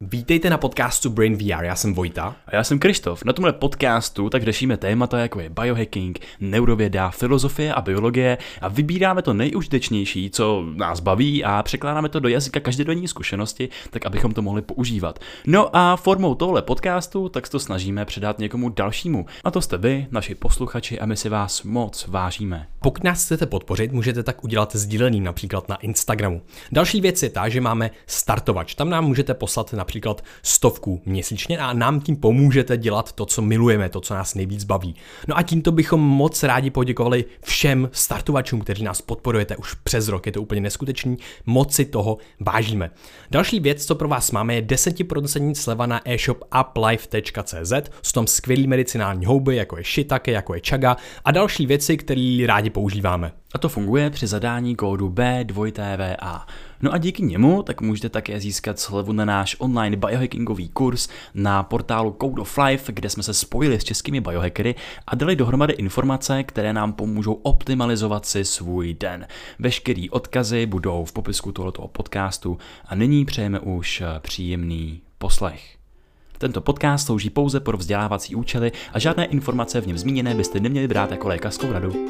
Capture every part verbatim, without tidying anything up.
Vítejte na podcastu Brain V R, já jsem Vojta. A já jsem Krištof. Na tomhle podcastu tak řešíme témata jako je biohacking, neurověda, filozofie a biologie a vybíráme to nejužitečnější, co nás baví a překládáme to do jazyka každodenní zkušenosti, tak abychom to mohli používat. No a formou tohle podcastu tak se to snažíme předat někomu dalšímu. A to jste vy, naši posluchači, a my si vás moc vážíme. Pokud nás chcete podpořit, můžete tak udělat sdílením například na Instagramu. Další věc je ta, že máme startovač. Tam nám můžete poslat například stovku měsíčně a nám tím pomůžete dělat to, co milujeme, to, co nás nejvíc baví. No a tímto bychom moc rádi poděkovali všem startovačům, kteří nás podporujete už přes rok. Je to úplně neskutečný, moc si toho vážíme. Další věc, co pro vás máme, je deset procent sleva na e-shop uplife tečka cé zet. Jsou tam skvělý medicinální houby, jako je shiitake, jako je chaga a další věci, které rádi používáme. A to funguje při zadání kódu B dva T V A. No a díky němu tak můžete také získat slevu na náš online biohackingový kurz na portálu Code of Life, kde jsme se spojili s českými biohackery a dali dohromady informace, které nám pomůžou optimalizovat si svůj den. Veškerý odkazy budou v popisku tohoto podcastu a nyní přejeme už příjemný poslech. Tento podcast slouží pouze pro vzdělávací účely a žádné informace v něm zmíněné byste neměli brát jako lékařskou radu.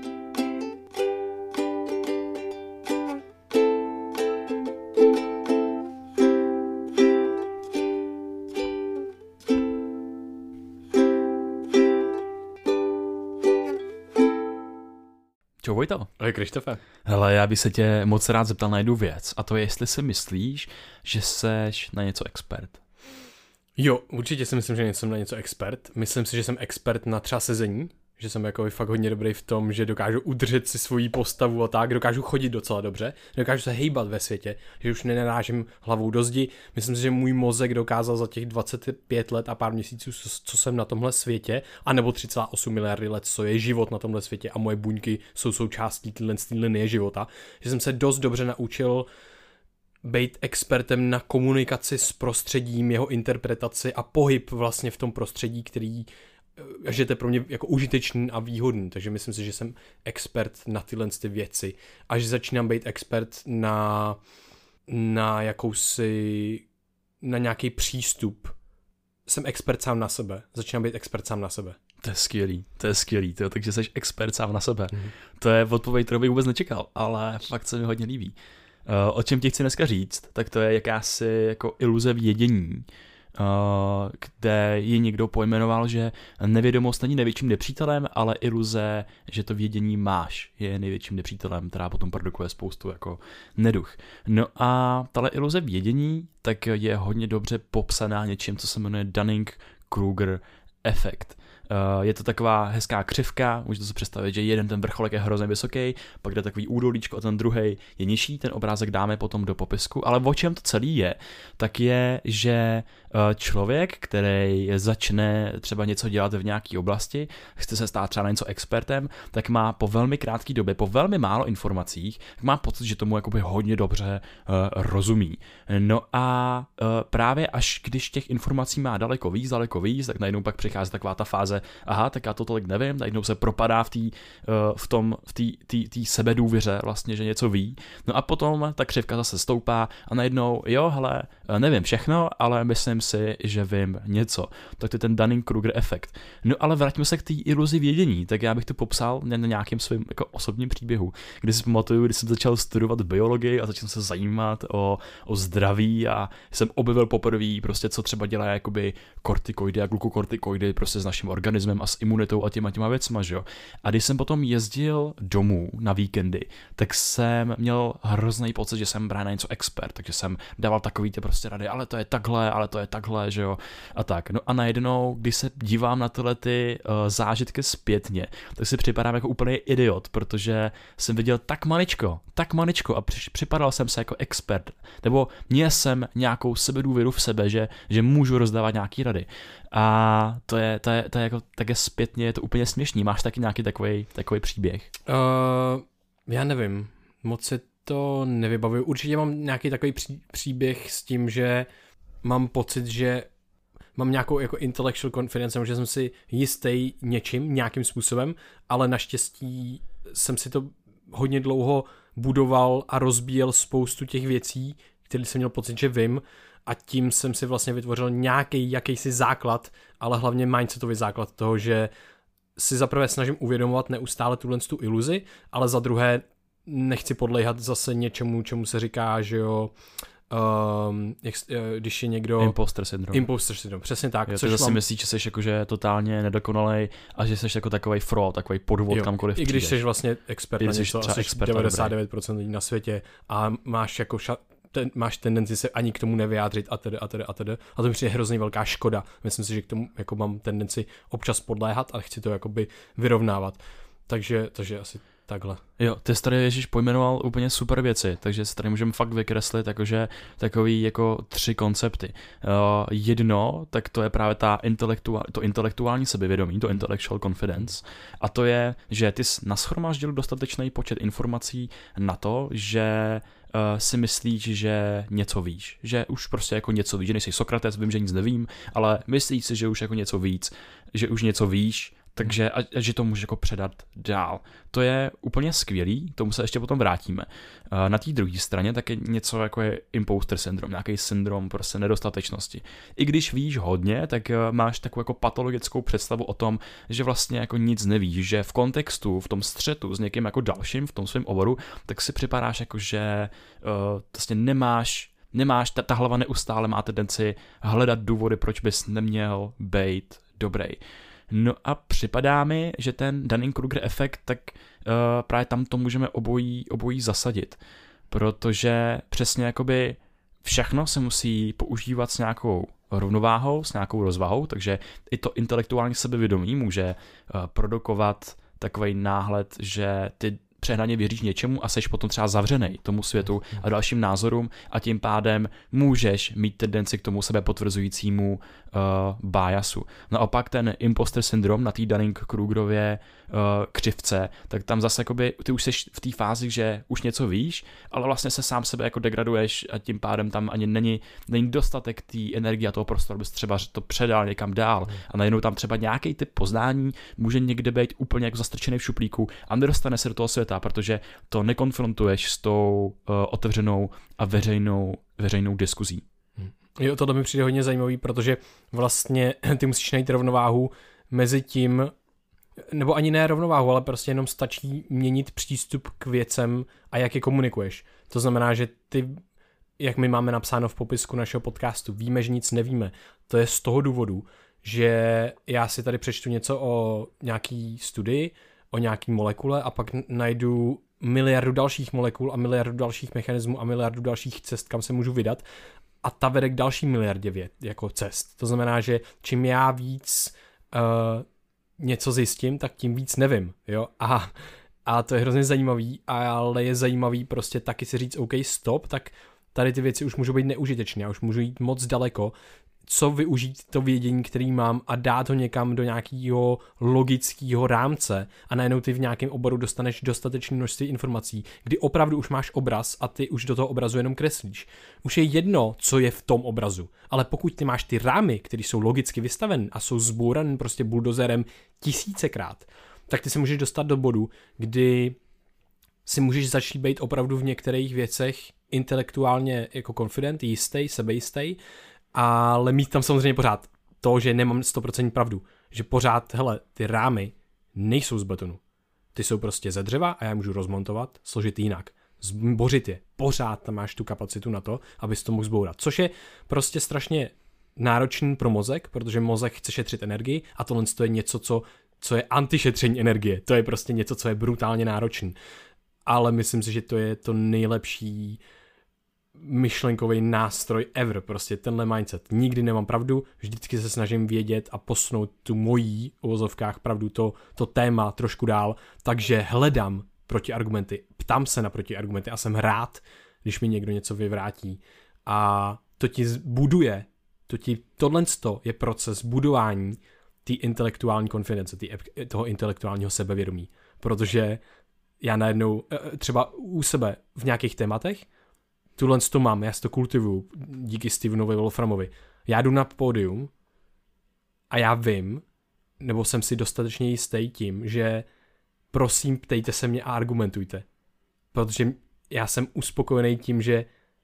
Čau Vojto. Ahoj Krištofe. Hele, já bych se tě moc rád zeptal na jednu věc, a to je, jestli si myslíš, že seš na něco expert. Jo, určitě si myslím, že jsem na něco expert. Myslím si, že jsem expert na třeba sezení, že jsem jako fakt hodně dobrý v tom, že dokážu udržet si svoji postavu a tak, dokážu chodit docela dobře, dokážu se hejbat ve světě, že už nenarážím hlavou do zdi. Myslím si, že můj mozek dokázal za těch dvacet pět let a pár měsíců, co jsem na tomhle světě, anebo tři celé osm miliardy let, co je život na tomhle světě a moje buňky jsou součástí téhle linie života, že jsem se dost dobře naučil být expertem na komunikaci s prostředím, jeho interpretaci a pohyb vlastně v tom prostředí, který že to je pro mě jako užitečný a výhodný, takže myslím si, že jsem expert na tyhle ty věci a že začínám být expert na, na jakousi, na nějaký přístup. Jsem expert sám na sebe, začínám být expert sám na sebe. To je skvělý, to je skvělý, to, takže jsi expert sám na sebe. Mm. To je odpověď, kterou bych vůbec nečekal, ale fakt se mi hodně líbí. Uh, o čem ti chci dneska říct, tak to je jakási jako iluze vědění, Uh, kde ji někdo pojmenoval, že nevědomost není největším nepřítelem, ale iluze, že to vědění máš, je největším nepřítelem, která potom produkuje spoustu jako neduch. No a tahle iluze vědění tak je hodně dobře popsaná něčím, co se jmenuje Dunning-Kruger efekt. Uh, je to taková hezká křivka, můžete si představit, že jeden ten vrcholek je hrozně vysoký, pak jde takový údolíčko a ten druhý je nižší, ten obrázek dáme potom do popisku, ale o čem to celý je, tak je, že uh, člověk, který začne třeba něco dělat v nějaké oblasti, chce se stát třeba na něco expertem, tak má po velmi krátké době, po velmi málo informacích, tak má pocit, že tomu jakoby hodně dobře uh, rozumí. No a uh, právě až když těch informací má daleko víc, daleko víc, tak najednou pak přichází taková ta fáze, aha, tak já to tolik nevím, najednou se propadá v té v tom, v té té sebedůvěře vlastně, že něco ví. No a potom ta křivka zase stoupá a najednou, jo, hele, nevím všechno, ale myslím si, že vím něco. Tak to je ten Dunning-Kruger efekt. No ale vraťme se k té iluzi vědění, tak já bych to popsal na nějakém svém jako osobním příběhu, kdy si pamatuju, když jsem začal studovat biologii a začal se zajímat o, o zdraví a jsem objevil poprvé prostě, co třeba dělá jakoby kortikoidy a glukokortikoidy prostě s naším organismem a s imunitou a těma těma věcma, že jo. A když jsem potom jezdil domů na víkendy, tak jsem měl hrozný pocit, že jsem právě na něco expert, takže jsem dával takový ty prostě rady, ale to je takhle, ale to je takhle, že jo, a tak. No a najednou, když se dívám na tyhle ty uh, zážitky zpětně, tak si připadám jako úplný idiot, protože jsem viděl tak maličko, tak maličko a při, připadal jsem se jako expert, nebo měl jsem nějakou sebedůvěru v sebe, že, že můžu rozdávat nějaký rady. A to je, to je, to je jako, tak je zpětně, je to úplně směšný. Máš taky nějaký takový, takový příběh? Uh, já nevím, moc si to nevybavuju. Určitě mám nějaký takový pří, příběh s tím, že mám pocit, že mám nějakou jako intellectual confidence, že jsem si jistý něčím, nějakým způsobem, ale naštěstí jsem si to hodně dlouho budoval a rozbíjel spoustu těch věcí, které jsem měl pocit, že vím, a tím jsem si vlastně vytvořil nějaký jakýsi základ, ale hlavně mindsetový základ toho, že si zaprvé snažím uvědomovat neustále tuhle tu iluzi, ale za druhé nechci podléhat zase něčemu, čemu se říká, že jo, Um, jak, když je někdo... Imposter syndrom. Imposter syndrom, přesně tak. Jo, což zase mám... myslíš, že jsi jakože totálně nedokonalej a že jsi jako takovej fraud, takový podvod jo, kamkoliv i když jsi vlastně expert na něco, asi devadesát devět procent lidí na světě a máš jako ša... ten, máš tendenci se ani k tomu nevyjádřit a tedy a tedy a tedy. A to mi přijde hrozně velká škoda. Myslím si, že k tomu jako mám tendenci občas podléhat a chci to jakoby vyrovnávat. Takže, takže asi takhle. Jo, ty jsi tady Ježíš pojmenoval úplně super věci, takže si tady můžeme fakt vykreslit jakože takový jako tři koncepty. Uh, jedno, tak to je právě ta intelektuál, to intelektuální sebevědomí, to intellectual confidence, a to je, že ty jsi nashromáždil dostatečný počet informací na to, že uh, si myslíš, že něco víš, že už prostě jako něco víš, že nejsi Sokrates, vím, že nic nevím, ale myslíš si, že už jako něco víc, že už něco víš, takže a, a že to můžeš jako předat dál. To je úplně skvělý, tomu se ještě potom vrátíme. Na té druhé straně tak je něco jako je imposter syndrom, nějaký syndrom prostě nedostatečnosti. I když víš hodně, tak máš takovou jako patologickou představu o tom, že vlastně jako nic nevíš, že v kontextu, v tom střetu s někým jako dalším v tom svém oboru, tak si připadáš jako, že uh, vlastně nemáš Nemáš, ta, ta hlava neustále má tendenci hledat důvody, proč bys neměl být dobrý. No a připadá mi, že ten Dunning-Kruger efekt, tak uh, právě tam to můžeme obojí, obojí zasadit, protože přesně jakoby všechno se musí používat s nějakou rovnováhou, s nějakou rozvahou, takže i to intelektuální sebevědomí může uh, produkovat takový náhled, že ty přehnaně věříš něčemu a seš potom třeba zavřenej tomu světu a dalším názorům a tím pádem můžeš mít tendenci k tomu sebepotvrzujícímu uh, biasu. Naopak ten imposter syndrom na té Dunning-Krugerově uh, křivce, tak tam zase jakoby, ty už seš v té fázi, že už něco víš, ale vlastně se sám sebe jako degraduješ a tím pádem tam ani není, není dostatek té energie a toho prostoru, abys třeba to předal někam dál a najednou tam třeba nějaký typ poznání může někde být úplně jako zastrčený v šuplíku a nedostane se do toho světa, protože to nekonfrontuješ s tou uh, otevřenou a veřejnou, veřejnou diskuzí. Jo, tohle mi přijde hodně zajímavý, protože vlastně ty musíš najít rovnováhu mezi tím, nebo ani ne rovnováhu, ale prostě jenom stačí měnit přístup k věcem a jak je komunikuješ. To znamená, že ty, jak my máme napsáno v popisku našeho podcastu, víme, že nic nevíme. To je z toho důvodu, že já si tady přečtu něco o nějaký studii, o nějaký molekule a pak najdu miliardu dalších molekul a miliardu dalších mechanismů a miliardu dalších cest, kam se můžu vydat a ta vede k další miliardě věd, jako cest. To znamená, že čím já víc uh, něco zjistím, tak tím víc nevím, jo, a, a to je hrozně zajímavý, ale je zajímavý prostě taky si říct OK, stop, tak tady ty věci už můžou být neužitečné, já už můžu jít moc daleko, co využít to vědění, který mám a dát ho někam do nějakého logického rámce a najednou ty v nějakém oboru dostaneš dostatečné množství informací, kdy opravdu už máš obraz a ty už do toho obrazu jenom kreslíš. Už je jedno, co je v tom obrazu, ale pokud ty máš ty rámy, které jsou logicky vystavené a jsou zbourané prostě buldozerem tisícekrát, tak ty se můžeš dostat do bodu, kdy si můžeš začít být opravdu v některých věcech intelektuálně jako confident, jistý, sebejistý, ale mít tam samozřejmě pořád to, že nemám sto procent pravdu, že pořád, hele, ty rámy nejsou z betonu, ty jsou prostě ze dřeva a já můžu rozmontovat, složit jinak, zbořit je, pořád tam máš tu kapacitu na to, abys to mohl zbourat, což je prostě strašně náročný pro mozek, protože mozek chce šetřit energii a tohle je něco, co, co je antišetření energie, to je prostě něco, co je brutálně náročný, ale myslím si, že to je to nejlepší myšlenkový nástroj ever, prostě tenhle mindset. Nikdy nemám pravdu, vždycky se snažím vědět a posunout tu mojí v uvozovkách pravdu, to, to téma trošku dál, takže hledám protiargumenty, ptám se na protiargumenty a jsem rád, když mi někdo něco vyvrátí a to ti buduje, to ti, tohle je proces budování té intelektuální konfidence, tý, toho intelektuálního sebevědomí, protože já najednou třeba u sebe v nějakých tématech tuhle to mám, já si to kultivuju díky Stevenovi Wolframovi. Já jdu na pódium a já vím, nebo jsem si dostatečně jistý tím, že prosím ptejte se mě a argumentujte. Protože já jsem uspokojený tím, že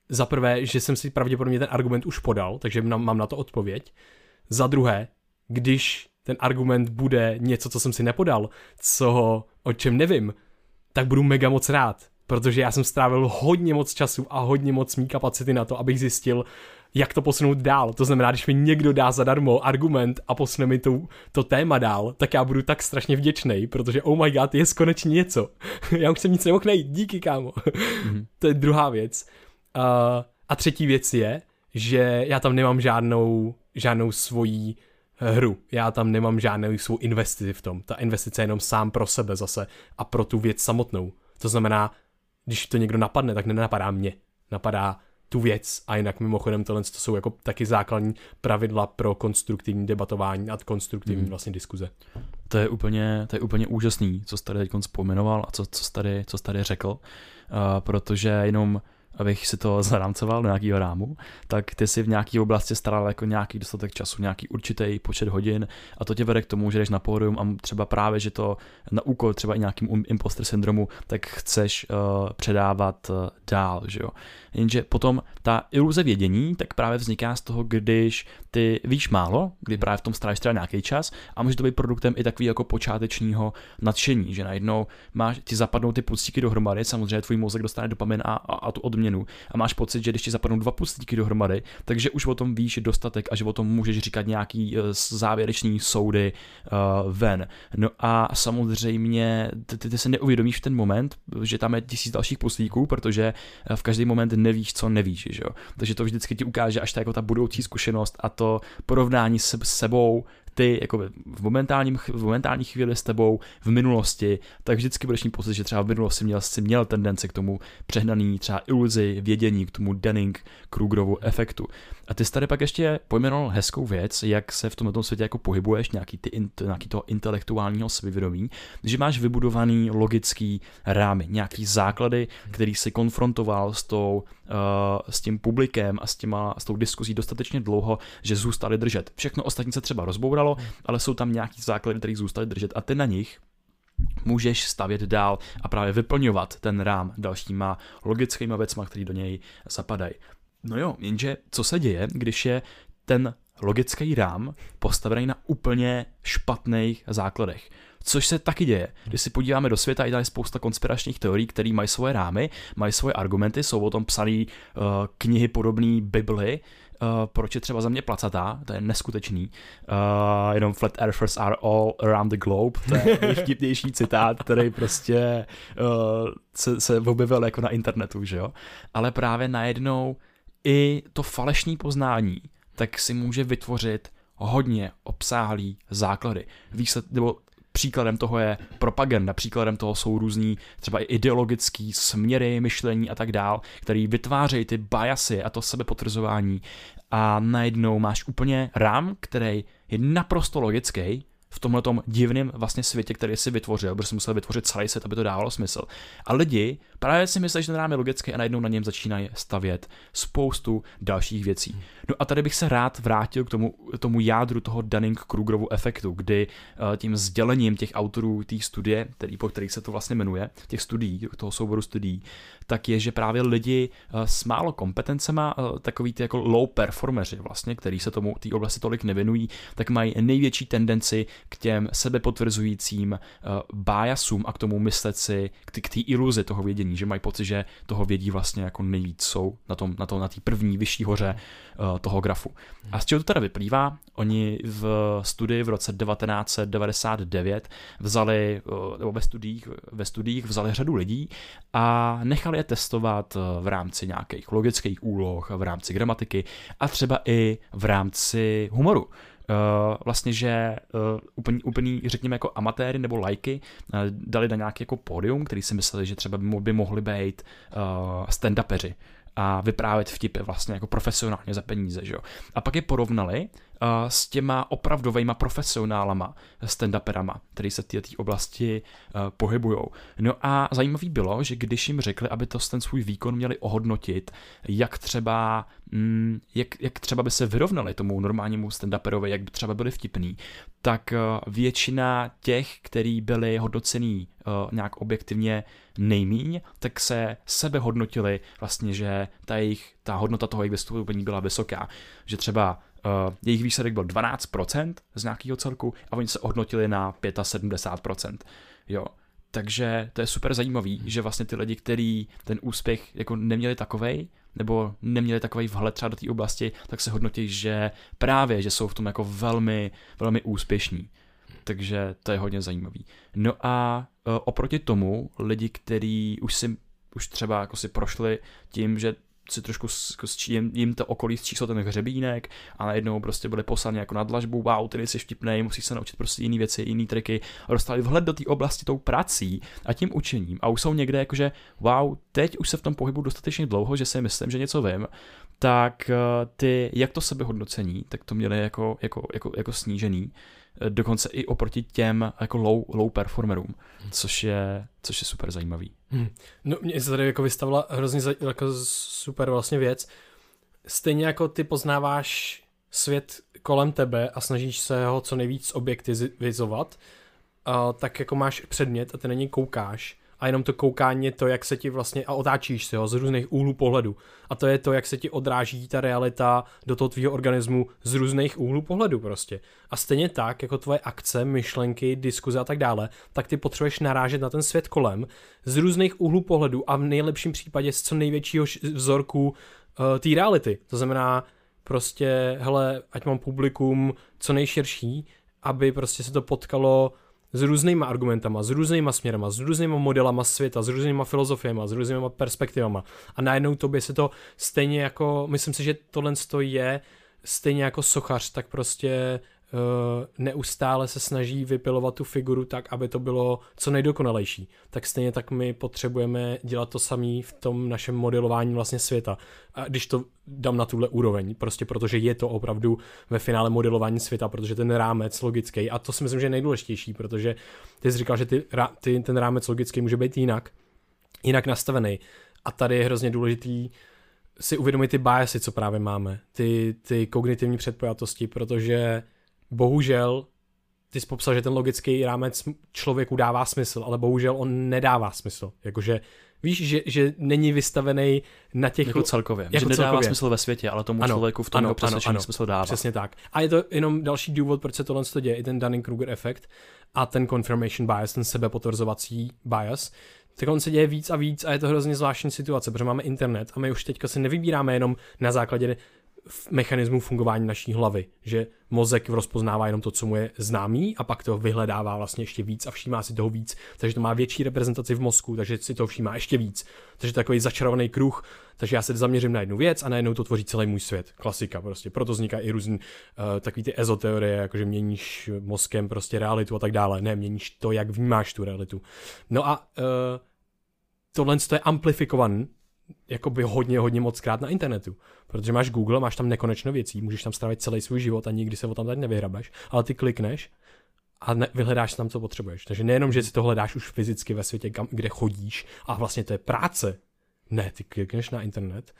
za prvé, že jsem si pravděpodobně ten argument už podal, takže mám na to odpověď. Za druhé, když ten argument bude něco, co jsem si nepodal, co, o čem nevím, tak budu mega moc rád, protože já jsem strávil hodně moc času a hodně moc mý kapacity na to, abych zjistil, jak to posunout dál. To znamená, když mi někdo dá zadarmo argument a posune mi to, to téma dál, tak já budu tak strašně vděčnej, protože oh my god, je konečně něco. Já už jsem nic nemohl najít, díky kámo. Mm-hmm. To je druhá věc. Uh, a třetí věc je, že já tam nemám žádnou, žádnou svoji hru. Já tam nemám žádnou svou investici v tom. Ta investice je jenom sám pro sebe zase a pro tu věc samotnou. To znamená, když to někdo napadne, tak nenapadá mě. Napadá tu věc a jinak mimochodem tohle to jsou jako taky základní pravidla pro konstruktivní debatování a konstruktivní hmm. vlastně diskuze. To je úplně, to je úplně úžasný, co jsi tady teď vzpomenoval a co, co, jsi tady, co jsi tady řekl, uh, protože jenom abych si to zarámcoval do nějakého rámu, tak ty si v nějaké oblasti staral jako nějaký dostatek času, nějaký určitý počet hodin a to tě vede k tomu, že jdeš na pódium a třeba právě, že to na úkol třeba i nějakým imposter syndromu, tak chceš uh, předávat uh, dál, že jo. Jenže potom ta iluze vědění tak právě vzniká z toho, když ty víš málo, kdy právě v tom strávíš třeba nějaký čas a může to být produktem i takový jako počátečního nadšení, že najednou máš, ti zapadnou ty pulsíky dohromady, samozřejmě tvůj mozek dostane dopamin a, a, a tu odměnu a máš pocit, že když ti zapadnou dva pulsíky dohromady, takže už o tom víš dostatek a že o tom můžeš říkat nějaký uh, závěrečný soudy uh, ven. No a samozřejmě ty, ty, ty se neuvědomíš v ten moment, že tam je tisíc dalších pulsíků, protože v každý moment nevíš, co nevíš, že jo. Takže to vždycky ti ukáže až ta, jako ta budoucí zkušenost a to porovnání se s sebou, ty jako v, momentálním, v momentální chvíli s tebou v minulosti, tak vždycky budeš mít pocit, že třeba v minulosti měl, jsi měl tendenci k tomu přehnaný třeba iluzi, vědění, k tomu Dunning-Krugerovu efektu. A ty jsi tady pak ještě pojmenoval hezkou věc, jak se v tomto světě jako pohybuješ, nějaký, ty, nějaký to intelektuálního sebevědomí, že máš vybudovaný logický rámy, nějaký základy, který si konfrontoval s, tou, uh, s tím publikem a s, těma, s tou diskuzí dostatečně dlouho, že zůstali držet. Všechno ostatní se třeba rozbouralo, ale jsou tam nějaký základy, které zůstaly držet a ty na nich můžeš stavět dál a právě vyplňovat ten rám dalšíma logickýma věcma, které do něj zapadají. No jo, jenže co se děje, když je ten logický rám postavený na úplně špatných základech? Což se taky děje. Když si podíváme do světa, je tady spousta konspiračních teorií, které mají svoje rámy, mají svoje argumenty, jsou o tom psaný uh, knihy podobné Bibli, uh, proč je třeba Země placatá, to je neskutečný. Uh, jenom flat earthers are all around the globe, to je nejvtipnější citát, který prostě uh, se, se objevil jako na internetu, že jo. Ale právě najednou i to falešné poznání tak si může vytvořit hodně obsáhlý základy. Výsled, nebo příkladem toho je propaganda, příkladem toho jsou různý třeba i ideologický směry, myšlení a tak dál, který vytvářejí ty biasy a to sebepotvrzování a najednou máš úplně rám, který je naprosto logický v tomhletom divném vlastně světě, který si vytvořil, protože si musel vytvořit celý svět, aby to dávalo smysl. A lidi právě si myslí, že ten rám je logický a najednou na něm začínají stavět spoustu dalších věcí. No a tady bych se rád vrátil k tomu, tomu jádru toho Dunning-Krugerovu efektu, kdy uh, tím sdělením těch autorů té studie, který, po kterých se to vlastně jmenuje, těch studií, toho souboru studií, tak je, že právě lidi uh, s málo kompetencema, uh, takový ty jako low performeri vlastně, který se tomu té oblasti tolik nevěnují, tak mají největší tendenci k těm sebepotvrzujícím uh, biasům a k tomu myslet si, k té iluzi toho vědění, že mají pocit, že toho vědí vlastně jako nejvíc jsou na tom, na tom, na té první vyšší hoře uh, toho grafu. A z čeho to teda vyplývá? Oni v studii v roce devatenáct set devadesát devět vzali, uh, nebo ve studiích, ve studiích vzali řadu lidí a nechali je testovat v rámci nějakých logických úloh, v rámci gramatiky a třeba i v rámci humoru. Uh, vlastně, že uh, úplný, úplný, řekněme, jako amatéry nebo lajky uh, dali na nějaký jako pódium, který si mysleli, že třeba by, by mohli být uh, stand-upeři a vyprávět vtipy vlastně jako profesionálně za peníze, že jo. A pak je porovnali s těma opravdovejma profesionálama, stand-uperama, který se v této oblasti uh, pohybujou. No a zajímavý bylo, že když jim řekli, aby to ten svůj výkon měli ohodnotit, jak třeba, mm, jak, jak třeba by se vyrovnali tomu normálnímu stand-uperovi, jak by třeba byli vtipný, tak uh, většina těch, který byli hodnocený uh, nějak objektivně nejmíň, tak se sebe hodnotili vlastně, že ta jejich, ta hodnota toho jejich vystoupení byla vysoká, že třeba Uh, jejich výsledek byl dvanáct procent z nějakého celku a oni se hodnotili na sedmdesát pět procent. Jo. Takže to je super zajímavý, že vlastně ty lidi, kteří ten úspěch jako neměli takovej, nebo neměli takovej vhled třeba do té oblasti, tak se hodnotí, že právě, že jsou v tom jako velmi, velmi úspěšní. Takže to je hodně zajímavý. No a uh, oproti tomu lidi, kteří už si už třeba jako si prošli tím, že si trošku jim, jim to okolí zčíslo ten hřebínek a najednou prostě byli poslani jako na dlažbu, wow, ty jsi vtipnej, musíš se naučit prostě jiný věci, jiný triky a dostali vhled do té oblasti tou prací a tím učením a už jsou někde jakože wow, teď už se v tom pohybu dostatečně dlouho, že si myslím, že něco vím, tak ty, jak to sebehodnocení, tak to měli jako, jako, jako, jako snížený, dokonce i oproti těm jako low, low performerům, což je, což je super zajímavý. Hmm. No mě se tady jako vystavila hrozně jako super vlastně věc. Stejně jako ty poznáváš svět kolem tebe a snažíš se ho co nejvíc objektivizovat, uh, tak jako máš předmět a ty na něj koukáš a jenom to koukání je to, jak se ti vlastně, a otáčíš si ho z různých úhlů pohledu. A to je to, jak se ti odráží ta realita do toho tvýho organismu z různých úhlů pohledu prostě. A stejně tak, jako tvoje akce, myšlenky, diskuze a tak dále, tak ty potřebuješ narážet na ten svět kolem z různých úhlů pohledu a v nejlepším případě z co největšího vzorku uh, té reality. To znamená prostě, hele, ať mám publikum co nejširší, aby prostě se to potkalo s různýma argumentama, s různýma směrama, s různýma modelama světa, s různýma filozofiema, s různýma perspektivama. A najednou tobě se to stejně jako, myslím si, že tohle je stejně jako sochař, tak prostě uh, neustále se snaží vypilovat tu figuru tak, aby to bylo co nejdokonalejší. Tak stejně tak my potřebujeme dělat to samé v tom našem modelování vlastně světa. A když to dám na tuhle úroveň, prostě protože je to opravdu ve finále modelování světa, protože ten rámec logický, a to si myslím, že je nejdůležitější, protože ty jsi říkal, že ty, ty, ten rámec logický může být jinak, jinak nastavený. A tady je hrozně důležitý si uvědomit ty biasy, co právě máme, ty, ty kognitivní předpojatosti, protože bohužel ty jsi popsal, že ten logický rámec člověku dává smysl, ale bohužel on nedává smysl. Jakože víš, že, že není vystavený na těch... Jako celkově. Jako že nedává celkově. Smysl ve světě, ale tomu ano, člověku v tom jeho přesvědčení smysl dává. Přesně tak. A je to jenom další důvod, proč se tohle děje, i ten Dunning-Kruger efekt a ten confirmation bias, ten sebepotvrzovací bias. Tak on se děje víc a víc a je to hrozně zvláštní situace, protože máme internet a my už teďka si nevybíráme jenom na základě mechanismu fungování naší hlavy, že mozek rozpoznává jenom to, co mu je známý a pak to vyhledává vlastně ještě víc a všímá si toho víc, takže to má větší reprezentaci v mozku, takže si to všímá ještě víc. Takže to je takový začarovaný kruh, takže já se zaměřím na jednu věc a najednou to tvoří celý můj svět. Klasika prostě. Proto vzniká i různý uh, takový ty ezoteorie, jakože měníš mozkem prostě realitu a tak dále. Ne, měníš to, jak vnímáš tu realitu. No a uh, tohle je amplifikovaný jakoby hodně, hodně moc krát na internetu. Protože máš Google, máš tam nekonečno věcí, můžeš tam strávit celý svůj život a nikdy se o tam tady nevyhrabeš, ale ty klikneš a ne, vyhledáš tam, co potřebuješ. Takže nejenom, že si to hledáš už fyzicky ve světě, kam, kde chodíš a vlastně to je práce. Ne, ty klikneš na internet,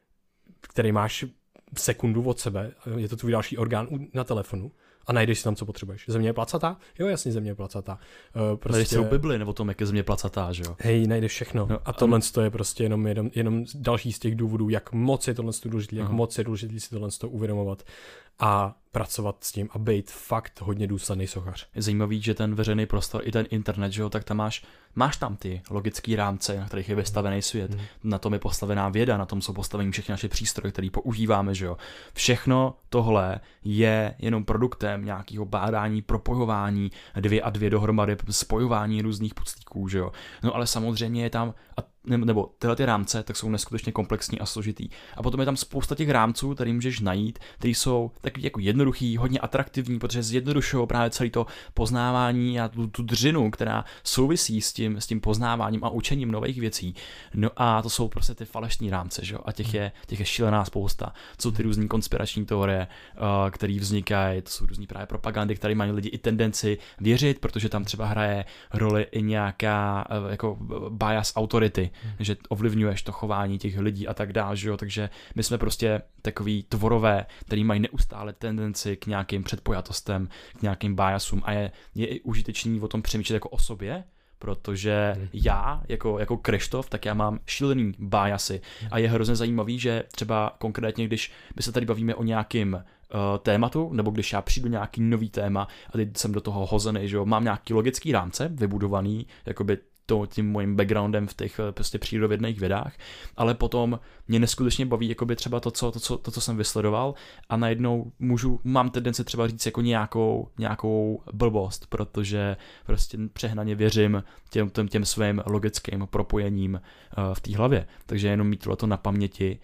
který máš sekundu od sebe, je to tvůj další orgán na telefonu a najdeš si tam, co potřebuješ. Země je placatá? Jo, jasně, země je placatá. Uh, prostě... Najdeš celou Bibli o tom, jak je země placatá, že jo? Hej, najdeš všechno. No, a tohle a... je prostě jenom, jenom, jenom další z těch důvodů, jak moc je tohle důležitý, jak uh-huh. moc je důležitý si tohle uvědomovat a pracovat s tím a být fakt hodně důsledný sochař. Je zajímavý, že ten veřejný prostor i ten internet, že jo, tak tam máš, máš tam ty logické rámce, na kterých je vystavený svět. Mm. Na tom je postavená věda, na tom jsou postavení všechny naše přístroje, které používáme, že jo. Všechno tohle je jenom produktem nějakého bádání, propojování, dvě a dvě dohromady, spojování různých puclíků, že jo. No ale samozřejmě je tam, a nebo tyhle ty rámce, tak jsou neskutečně komplexní a složitý. A potom je tam spousta těch rámců, který můžeš najít, který jsou takový jako jednoduchý, hodně atraktivní, protože zjednodušují právě celé to poznávání a tu, tu dřinu, která souvisí s tím, s tím poznáváním a učením nových věcí. No a to jsou prostě ty falešní rámce, že jo? A těch je, těch je šílená spousta. Jsou ty různý konspirační teorie, uh, které vznikají, to jsou různý právě propagandy, které mají lidi i tendenci věřit, protože tam třeba hraje roli i nějaká uh, jako bias authority, hmm. že ovlivňuješ to chování těch lidí a tak dále, že jo? Takže my jsme prostě takový tvorové, který mají neustále tendenci k nějakým předpojatostem, k nějakým biasům a je, je i užitečný o tom přemýšlet jako o sobě, protože hmm. já, jako, jako Krištof, tak já mám šílený biasy a je hrozně zajímavý, že třeba konkrétně, když my se tady bavíme o nějakým uh, tématu, nebo když já přijdu nějaký nový téma a teď jsem do toho hozený, že jo, mám nějaký logický rámce vybudovaný, jakoby to, tím mojím backgroundem v těch prostě přírodovědných vědách, ale potom mě neskutečně baví jakoby třeba to co, to, co, to, co jsem vysledoval a najednou můžu, mám tendenci třeba říct jako nějakou, nějakou blbost, protože prostě přehnaně věřím těm, těm, těm svým logickým propojením uh, v té hlavě, takže jenom mít tohleto na paměti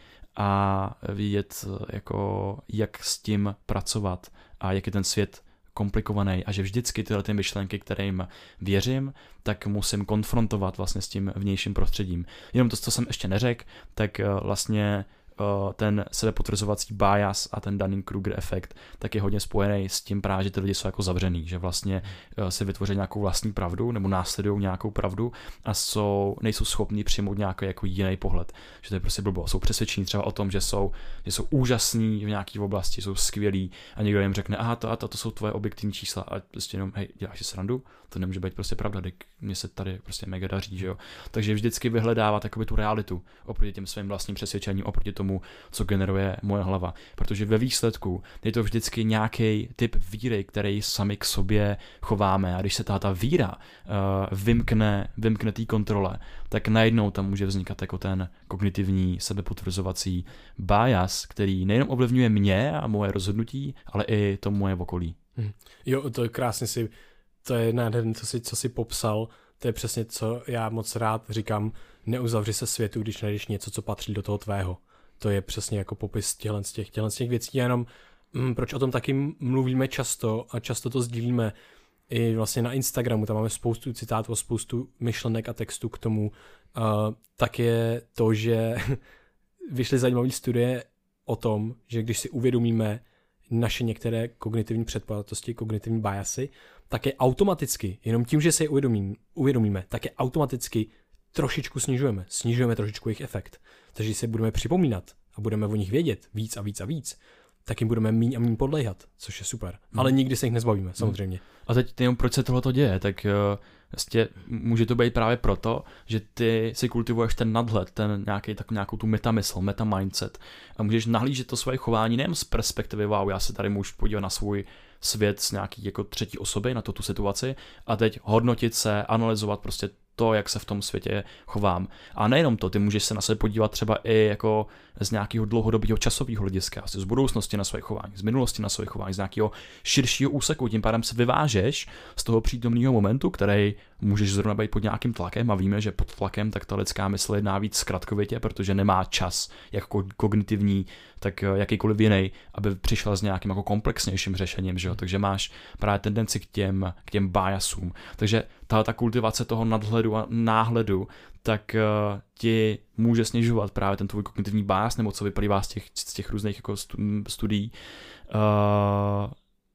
a vidět jako jak s tím pracovat a jak je ten svět komplikovaný a že vždycky tyhle ty myšlenky, kterým věřím, tak musím konfrontovat vlastně s tím vnějším prostředím. Jenom to, co jsem ještě neřekl, tak vlastně ten sebepotvrzovací bias a ten Dunning-Kruger efekt tak je hodně spojený s tím právě, že ty lidi jsou jako zavřený, že vlastně si vytvoří nějakou vlastní pravdu nebo následují nějakou pravdu a jsou, nejsou schopní přijmout nějaký jako jiný pohled, že to je prostě blbo. Jsou přesvědčení třeba o tom, že jsou, že jsou úžasní v nějaké oblasti, jsou skvělí a někdo jim řekne, aha, to a to, to jsou tvoje objektivní čísla a prostě jenom, hej, děláš si srandu? To nemůže být prostě pravda, tak mně se tady prostě mega daří, že jo. Takže vždycky vyhledávat jakoby tu realitu oproti těm svým vlastním přesvědčením, oproti tomu, co generuje moje hlava. Protože ve výsledku je to vždycky nějaký typ víry, který sami k sobě chováme. A když se ta, ta víra uh, vymkne, vymkne té kontrole, tak najednou tam může vznikat jako ten kognitivní sebepotvrzovací bias, který nejenom ovlivňuje mě a moje rozhodnutí, ale i to moje okolí. Hmm. Jo, to je krásně si, to je nádherné, co si, co si popsal. To je přesně, co já moc rád říkám, neuzavři se světu, když najdeš něco, co patří do toho tvého. To je přesně jako popis těchto z těch, těchto z těch věcí. Jenom hm, proč o tom taky mluvíme často a často to sdílíme i vlastně na Instagramu, tam máme spoustu citátů, spoustu myšlenek a textů k tomu, uh, tak je to, že vyšly zajímavé studie o tom, že když si uvědomíme naše některé kognitivní předpojatosti, kognitivní biasy, tak je automaticky, jenom tím, že si je uvědomíme, uvědomíme, tak je automaticky trošičku snižujeme. Snižujeme trošičku jejich efekt. Takže když si budeme připomínat a budeme o nich vědět víc a víc a víc, tak jim budeme míň a míň podléhat, což je super. Hmm. Ale nikdy se jich nezbavíme, samozřejmě. A teď jenom proč se tohleto děje, tak vlastně může to být právě proto, že ty si kultivuješ ten nadhled, ten nějaký, tak nějakou tu metamysl, metamindset a můžeš nahlížet to svoje chování nejen z perspektivy, wow, já se tady můžu podívat na svůj svět z nějaký jako třetí osoby, na to tu situaci a teď hodnotit se, analyzovat prostě to, jak se v tom světě chovám. A nejenom to, ty můžeš se na sebe podívat třeba i jako z nějakého dlouhodobého časového hlediska, asi z budoucnosti na své chování, z minulosti na své chování, z nějakého širšího úseku, tím pádem se vyvážeš z toho přítomného momentu, který můžeš zrovna být pod nějakým tlakem a víme, že pod tlakem tak ta lidská mysl jedná víc zkratkovitě, protože nemá čas, jak kognitivní, tak jakýkoliv jiný, aby přišla s nějakým jako komplexnějším řešením, že jo? Takže máš právě tendenci k těm, k těm biasům. Takže ta, ta kultivace toho nadhledu a náhledu, tak uh, ti může snižovat právě ten tvůj kognitivní bias, nebo co vyplývá z těch, z těch různých jako studií, uh,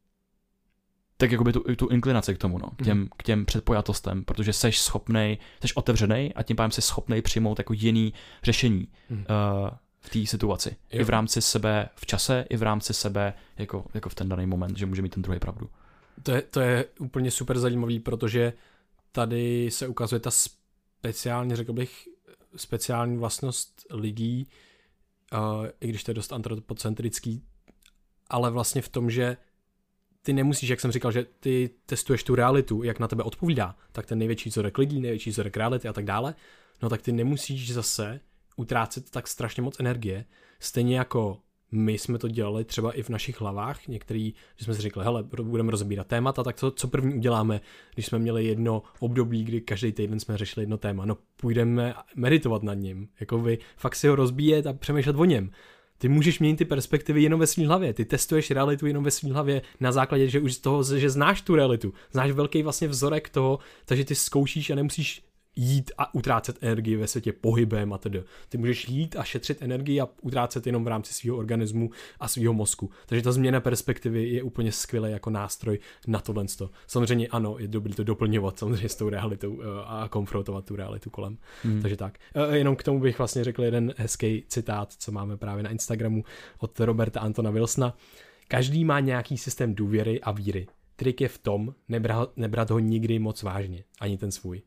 tak jakoby tu, tu inklinaci k tomu, no, k těm, mm. k těm předpojatostem, protože seš schopnej, seš otevřenej a tím pádem jsi schopnej přijmout jako jiný řešení mm. uh, v té situaci. Jo. I v rámci sebe v čase, i v rámci sebe jako, jako v ten daný moment, že může mít ten druhý pravdu. To je, to je úplně super zajímavý, protože tady se ukazuje ta speciálně, řekl bych, speciální vlastnost lidí, uh, i když to je dost antropocentrický, ale vlastně v tom, že ty nemusíš, jak jsem říkal, že ty testuješ tu realitu, jak na tebe odpovídá, tak ten největší vzorek lidí, největší vzorek reality a tak dále, no tak ty nemusíš zase utrácet tak strašně moc energie, stejně jako my jsme to dělali třeba i v našich hlavách, některý, že jsme si řekli, hele, budeme rozbírat témata, tak co, co první uděláme, když jsme měli jedno období, kdy každý týden jsme řešili jedno téma, no půjdeme meditovat nad ním, jako vy fakt si ho rozbíjet a přemýšlet o něm. Ty můžeš měnit ty perspektivy jenom ve svý hlavě, ty testuješ realitu jenom ve svý hlavě na základě, že už z toho, že znáš tu realitu, znáš velký vlastně vzorek toho, takže ty zkoušíš a nemusíš jít a utrácet energii ve světě pohybem a tedy. Ty můžeš jít a šetřit energii a utrácet jenom v rámci svého organismu a svého mozku. Takže ta změna perspektivy je úplně skvělý jako nástroj na tohle. Samozřejmě ano, je dobrý to doplňovat samozřejmě s tou realitou a konfrontovat tu realitu kolem. Hmm. Takže tak. Jenom k tomu bych vlastně řekl jeden hezký citát, co máme právě na Instagramu od Roberta Antona Wilsona. Každý má nějaký systém důvěry a víry. Trik je v tom nebrat, nebrat ho nikdy moc vážně, ani ten svůj.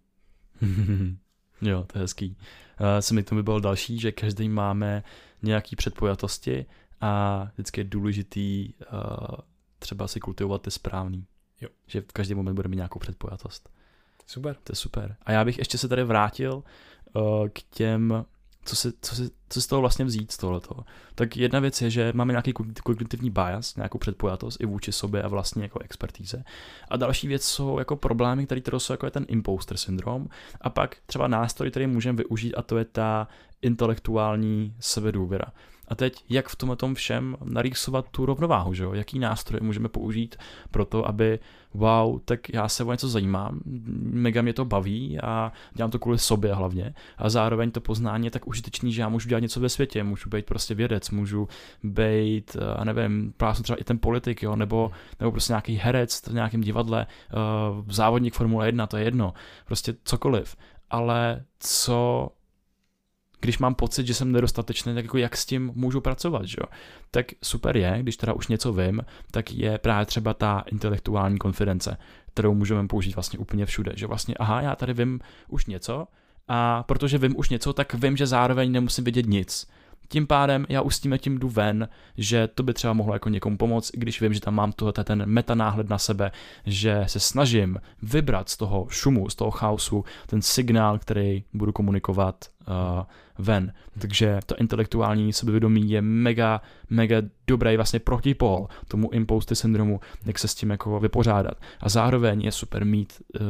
Jo, to je hezký. Uh, se mi to by bylo další, že každý máme nějaký předpojatosti a vždycky je důležitý uh, třeba si kultivovat ty správný. Jo. Že v každý moment bude mít nějakou předpojatost. Super. To je super. A já bych ještě se tady vrátil uh, k těm, co si, co, si, co si z toho vlastně vzít z tohleto. Tak jedna věc je, že máme nějaký kognitivní bias, nějakou předpojatost i vůči sobě a vlastně jako expertíze. A další věc jsou jako problémy, které tady jsou jako je ten imposter syndrom a pak třeba nástroj, který můžeme využít a to je ta intelektuální sebedůvěra. A teď, jak v tomhle tom všem narýsovat tu rovnováhu, že jo? Jaký nástroje můžeme použít pro to, aby wow, tak já se o něco zajímám, mega mě to baví a dělám to kvůli sobě hlavně a zároveň to poznání je tak užitečný, že já můžu dělat něco ve světě, můžu být prostě vědec, můžu být, a nevím, právě třeba i ten politik, jo? Nebo, nebo prostě nějaký herec v nějakém divadle, uh, závodník Formule jedna, to je jedno, prostě cokoliv, ale co když mám pocit, že jsem nedostatečný, tak jako jak s tím můžu pracovat, že jo? Tak super je, když teda už něco vím, tak je právě třeba ta intelektuální konfidence, kterou můžeme použít vlastně úplně všude, že vlastně aha, já tady vím už něco a protože vím už něco, tak vím, že zároveň nemusím vědět nic. Tím pádem já už s tím tím jdu ven, že to by třeba mohlo jako někomu pomoct, i když vím, že tam mám tohle ten metanáhled na sebe, že se snažím vybrat z toho šumu, z toho chaosu ten signál, který budu komunikovat uh, ven. Takže to intelektuální sebevědomí je mega, mega dobrý vlastně protipol tomu imposter syndromu, jak se s tím jako vypořádat. A zároveň je super mít uh,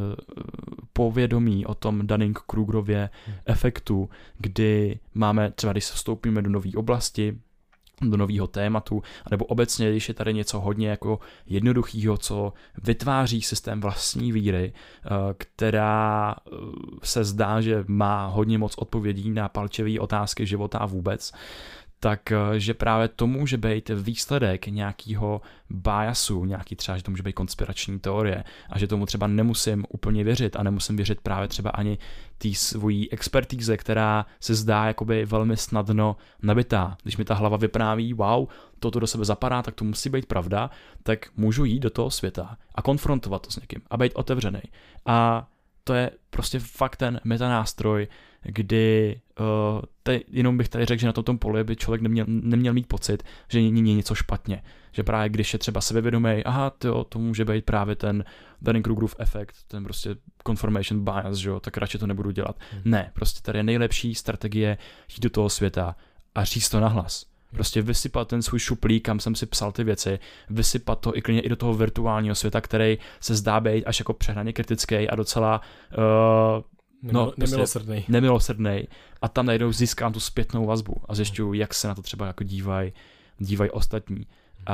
povědomí o tom Dunning-Krugerově efektu, kdy máme třeba, když vstoupíme do nové oblasti, do nového tématu, nebo obecně, když je tady něco hodně jako jednoduchého, co vytváří systém vlastní víry, která se zdá, že má hodně moc odpovědí na palčivé otázky života a vůbec, tak že právě to může být výsledek nějakého biasu, nějaký třeba, že to může být konspirační teorie a že tomu třeba nemusím úplně věřit a nemusím věřit právě třeba ani té svojí expertíze, která se zdá jakoby velmi snadno nabitá. Když mi ta hlava vypráví, wow, toto do sebe zapadá, tak to musí být pravda, tak můžu jít do toho světa a konfrontovat to s někým a být otevřený. A to je prostě fakt ten metanástroj, kdy uh, te, jenom bych tady řekl, že na tom poli by člověk neměl, neměl mít pocit, že je něco špatně. Že právě když je třeba sebevědomý, aha, tyjo, to může být právě ten Dunning-Krugerův efekt, ten prostě confirmation bias, že jo, tak radši to nebudu dělat. Hmm. Ne, prostě tady je nejlepší strategie jít do toho světa a říct to nahlas. Prostě vysypat ten svůj šuplík, kam jsem si psal ty věci, vysypat to i klidně i do toho virtuálního světa, který se zdá být až jako přehnaně kritický a docela uh, No, prostě nemilosrdnej. nemilosrdnej. A tam najednou získám tu zpětnou vazbu a zjišťuju, jak se na to třeba jako dívají dívaj ostatní.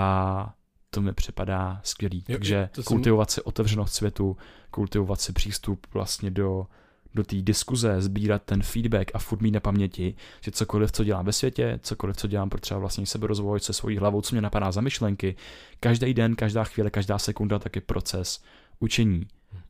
A to mi připadá skvělý. Jo, Takže kultivovat jsem... si otevřenost světu, kultivovat si přístup vlastně do, do té diskuze, sbírat ten feedback a furt mít na paměti, že cokoliv, co dělám ve světě, cokoliv, co dělám pro třeba vlastně seberozvoj se svojí hlavou, co mě napadá za myšlenky, každý den, každá chvíle, každá sekunda, tak je proces učení.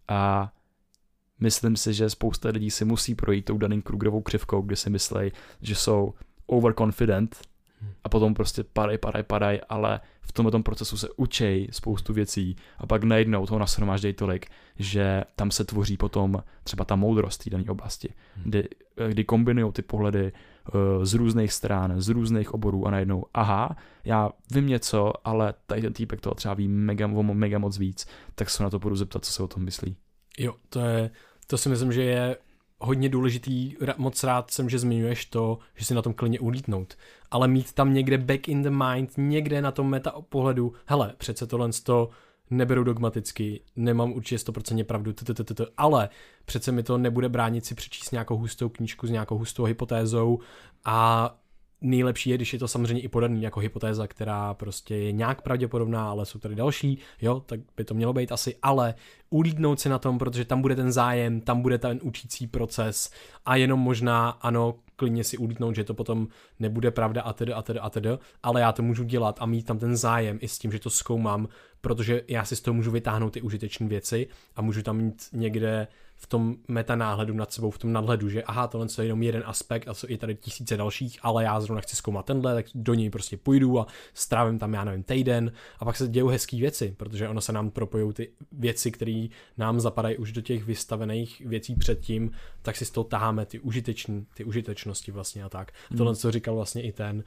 A myslím si, že spousta lidí si musí projít tou Dunning-Krugerovou křivkou, kde si myslí, že jsou overconfident a potom prostě padaj, padaj, padaj, ale v tomto procesu se učej spoustu věcí a pak najednou toho nashromáždějí tolik, že tam se tvoří potom třeba ta moudrost té dané oblasti, kdy, kdy kombinují ty pohledy uh, z různých stran, z různých oborů a najednou, aha, já vím něco, ale tady ten týpek toho třeba ví mega, mega moc víc, tak se na to budu zeptat, co se o tom myslí. Jo, to je, to si myslím, že je hodně důležitý, moc rád jsem, že zmiňuješ to, že si na tom klidně ulítnout, ale mít tam někde back in the mind, někde na tom meta pohledu, hele, přece tohle to neberu dogmaticky, nemám určitě sto procent pravdu, ale přece mi to nebude bránit si přečíst nějakou hustou knížku s nějakou hustou hypotézou a nejlepší je, když je to samozřejmě i podaný jako hypotéza, která prostě je nějak pravděpodobná, ale jsou tady další, jo, tak by to mělo být asi, ale ulídnout si na tom, protože tam bude ten zájem, tam bude ten učící proces a jenom možná, ano, klidně si ulítnout, že to potom nebude pravda a tedy a tedy a tedy, ale já to můžu dělat a mít tam ten zájem i s tím, že to zkoumám, protože já si z toho můžu vytáhnout ty užitečné věci a můžu tam mít někde v tom metanáhledu nad sebou, v tom nadhledu, že aha, tohle je jenom jeden aspekt a je tady tisíce dalších, ale já zrovna chci zkoumat tenhle, tak do něj prostě půjdu a strávím tam, já nevím, týden a pak se dějou hezký věci, protože ono se nám propojou ty věci, které nám zapadají už do těch vystavených věcí předtím, tak si z toho taháme ty užitečný, ty užitečnosti vlastně a tak. Hmm. Tohle, co říkal vlastně i ten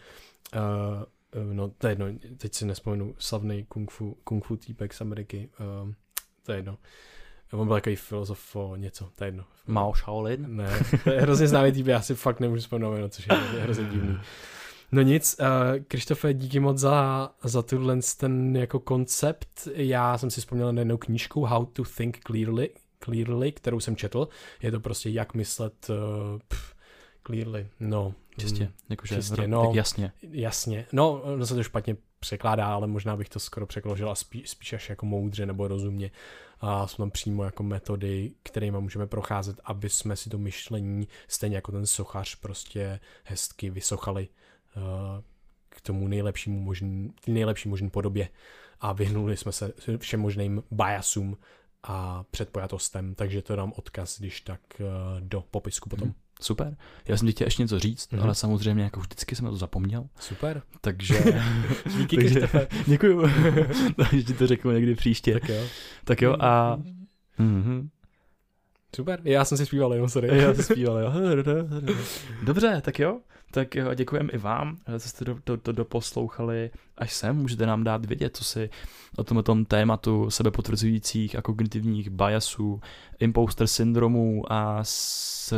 uh, no to je jedno, teď si nespomenu, slavný kung fu, kung fu týpek z Ameriky, uh, to je jedno. On byl takový filozof o něco, to je jedno. Mao Shaolin? Ne, to je hrozně známý týp, já si fakt nemůžu vzpomenout, což je hrozně divný. No nic, uh, Krištofe, díky moc za, za tuhle ten jako koncept. Já jsem si vzpomněl na jednou knížku How to Think Clearly, clearly, kterou jsem četl. Je to prostě jak myslet uh, pff, clearly, no. Čistě, mm, jakože čistě, no, jasně. Jasně, no, ono se to špatně překládá, ale možná bych to skoro překložil a spí, spíš až jako moudře nebo rozumně. A jsou tam přímo jako metody, kterými můžeme procházet, aby jsme si to myšlení, stejně jako ten sochař, prostě hezky vysochali uh, k tomu nejlepšímu možný, nejlepší možný podobě a vyhnuli jsme se všem možným biasům a předpojatostem, takže to dám odkaz, když tak uh, do popisku potom. Hmm. Super. Já jsem ti chtěl ještě něco říct, mm-hmm. ale samozřejmě jako vždycky jsem na to zapomněl. Super. Takže... Díky, takže Krištofe. Děkuju. Takže ti to řeknu někdy příště. Tak jo. Tak jo a... Mm-hmm. Super. Já jsem si zpíval, jenom sorry. Já jsem zpíval, jo. Dobře, tak jo. Tak jo, děkujeme i vám, že jste to, to, to doposlouchali až sem. Můžete nám dát vědět, co si o tom, o tom tématu sebepotvrzujících a kognitivních biasů, imposter syndromů a s,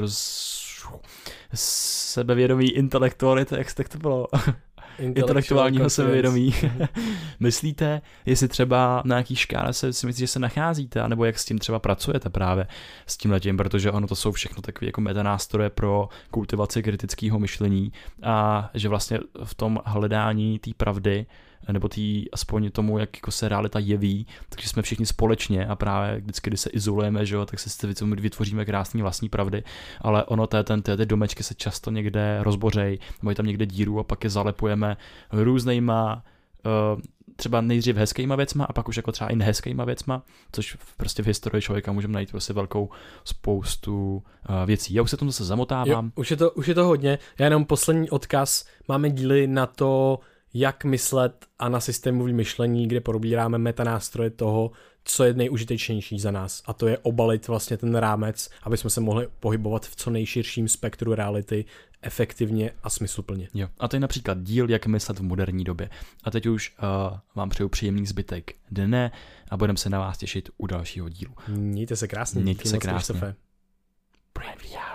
sebevědomí intelektuality, jak tak to bylo? Intelektuálního sebevědomí. Myslíte, jestli třeba na jaký škále se si myslíte, že se nacházíte, nebo jak s tím třeba pracujete právě s tímhletím, protože ono to jsou všechno takové jako metanástroje pro kultivaci kritického myšlení a že vlastně v tom hledání té pravdy nebo tý, aspoň tomu, jak jako se realita jeví, takže jsme všichni společně a právě vždycky, když se izolujeme, že jo, tak se vytvoříme krásný vlastní pravdy, ale ono té, ten, té, ty domečky se často někde rozbořej, mají tam někde díru a pak je zalepujeme různýma uh, třeba nejdřív hezkýma věcma a pak už jako třeba i nehezkýma věcma, což prostě v historii člověka můžeme najít prostě velkou spoustu uh, věcí. Já už se tomu zase zamotávám. Jo, už, je to, už je to hodně. Já jenom poslední odkaz. Máme díly na to, jak myslet a na systémové myšlení, kde probíráme metanástroje toho, co je nejužitečnější za nás. A to je obalit vlastně ten rámec, aby jsme se mohli pohybovat v co nejširším spektru reality efektivně a smysluplně. Jo. A to je například díl, jak myslet v moderní době. A teď už uh, vám přeju příjemný zbytek dne a budeme se na vás těšit u dalšího dílu. Mějte se krásně. Mějte se krásně. Brian